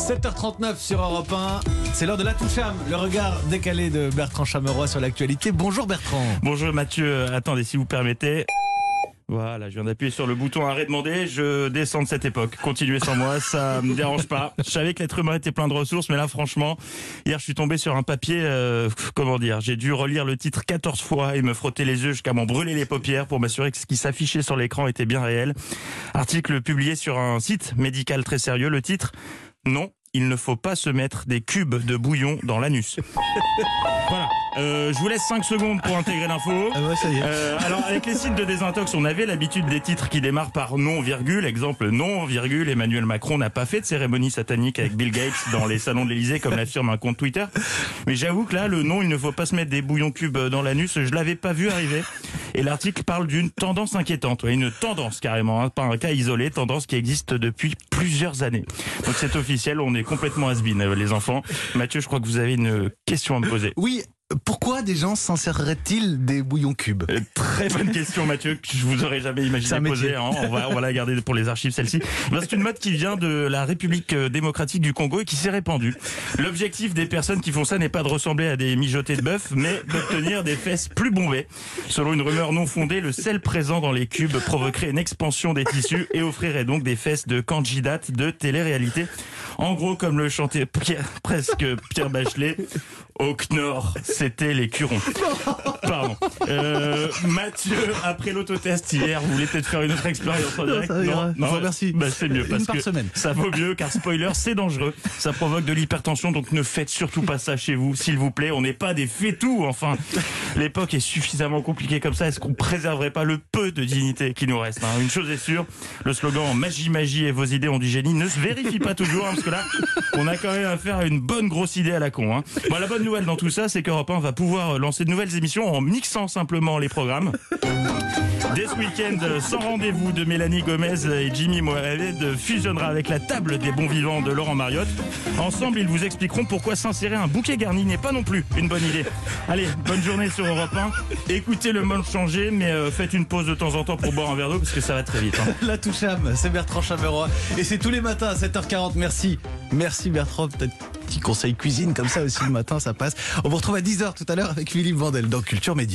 7h39 sur Europe 1, c'est l'heure de la toucham, le regard décalé de Bertrand Chameroy sur l'actualité. Bonjour Bertrand. Bonjour Mathieu, attendez si vous permettez. Voilà, je viens d'appuyer sur le bouton arrêt demandé, je descends de cette époque. Continuez sans moi, ça me dérange pas. Je savais que l'être humain était plein de ressources, mais là franchement, hier je suis tombé sur un papier, j'ai dû relire le titre 14 fois et me frotter les yeux jusqu'à m'en brûler les paupières pour m'assurer que ce qui s'affichait sur l'écran était bien réel. Article publié sur un site médical très sérieux, le titre « Non, il ne faut pas se mettre des cubes de bouillon dans l'anus ». Voilà. Je vous laisse 5 secondes pour intégrer l'info. Ah ouais, ça y est. Alors, avec les sites de désintox, on avait l'habitude des titres qui démarrent par non, virgule. Exemple, non, virgule. Emmanuel Macron n'a pas fait de cérémonie satanique avec Bill Gates dans les salons de l'Élysée, comme l'affirme un compte Twitter. Mais j'avoue que là, le non, il ne faut pas se mettre des bouillons cubes dans l'anus, je l'avais pas vu arriver. Et l'article parle d'une tendance inquiétante. Ouais, une tendance carrément, hein, pas un cas isolé, tendance qui existe depuis plusieurs années. Donc c'est officiel, on est complètement has-been, les enfants. Mathieu, je crois que vous avez une question à me poser. Oui, pourquoi des gens s'en-serveraient-ils des bouillons cubes? Très bonne question Mathieu, que je vous aurais jamais imaginé poser. Hein. On va la garder pour les archives celle-ci. C'est une mode qui vient de la République démocratique du Congo et qui s'est répandue. L'objectif des personnes qui font ça n'est pas de ressembler à des mijotés de bœuf, mais d'obtenir des fesses plus bombées. Selon une rumeur non fondée, le sel présent dans les cubes provoquerait une expansion des tissus et offrirait donc des fesses de candidate de télé-réalité. En gros, comme le chantait Pierre Bachelet, au Knorr, c'était les curons. Pardon. Mathieu, après l'autotest hier, vous voulez peut-être faire une autre expérience en direct? Non, merci. Bah, c'est mieux parce que semaine. Ça vaut mieux car spoiler, c'est dangereux. Ça provoque de l'hypertension, donc ne faites surtout pas ça chez vous, s'il vous plaît. On n'est pas des fétous, enfin. L'époque est suffisamment compliquée comme ça. Est-ce qu'on préserverait pas le peu de dignité qui nous reste, hein? Une chose est sûre, le slogan magie, magie et vos idées ont du génie ne se vérifie pas toujours, hein, parce que là, on a quand même affaire à une bonne grosse idée à la con, hein. Bon, la bonne nouvelle dans tout ça, c'est qu'Europe 1 va pouvoir lancer de nouvelles émissions en mixant simplement les programmes. Dès ce week-end, sans rendez-vous de Mélanie Gomez et Jimmy Mohamed fusionnera avec la table des bons vivants de Laurent Mariotte. Ensemble, ils vous expliqueront pourquoi s'insérer un bouquet garni n'est pas non plus une bonne idée. Allez, bonne journée sur Europe 1. Écoutez le monde changer, mais faites une pause de temps en temps pour boire un verre d'eau parce que ça va très vite, hein. La toucham, c'est Bertrand Chameroy. Et c'est tous les matins à 7h40. Merci. Merci Bertrand. Peut-être petit conseil cuisine comme ça aussi le matin, ça passe. On vous retrouve à 10h tout à l'heure avec Philippe Vandel dans Culture Média.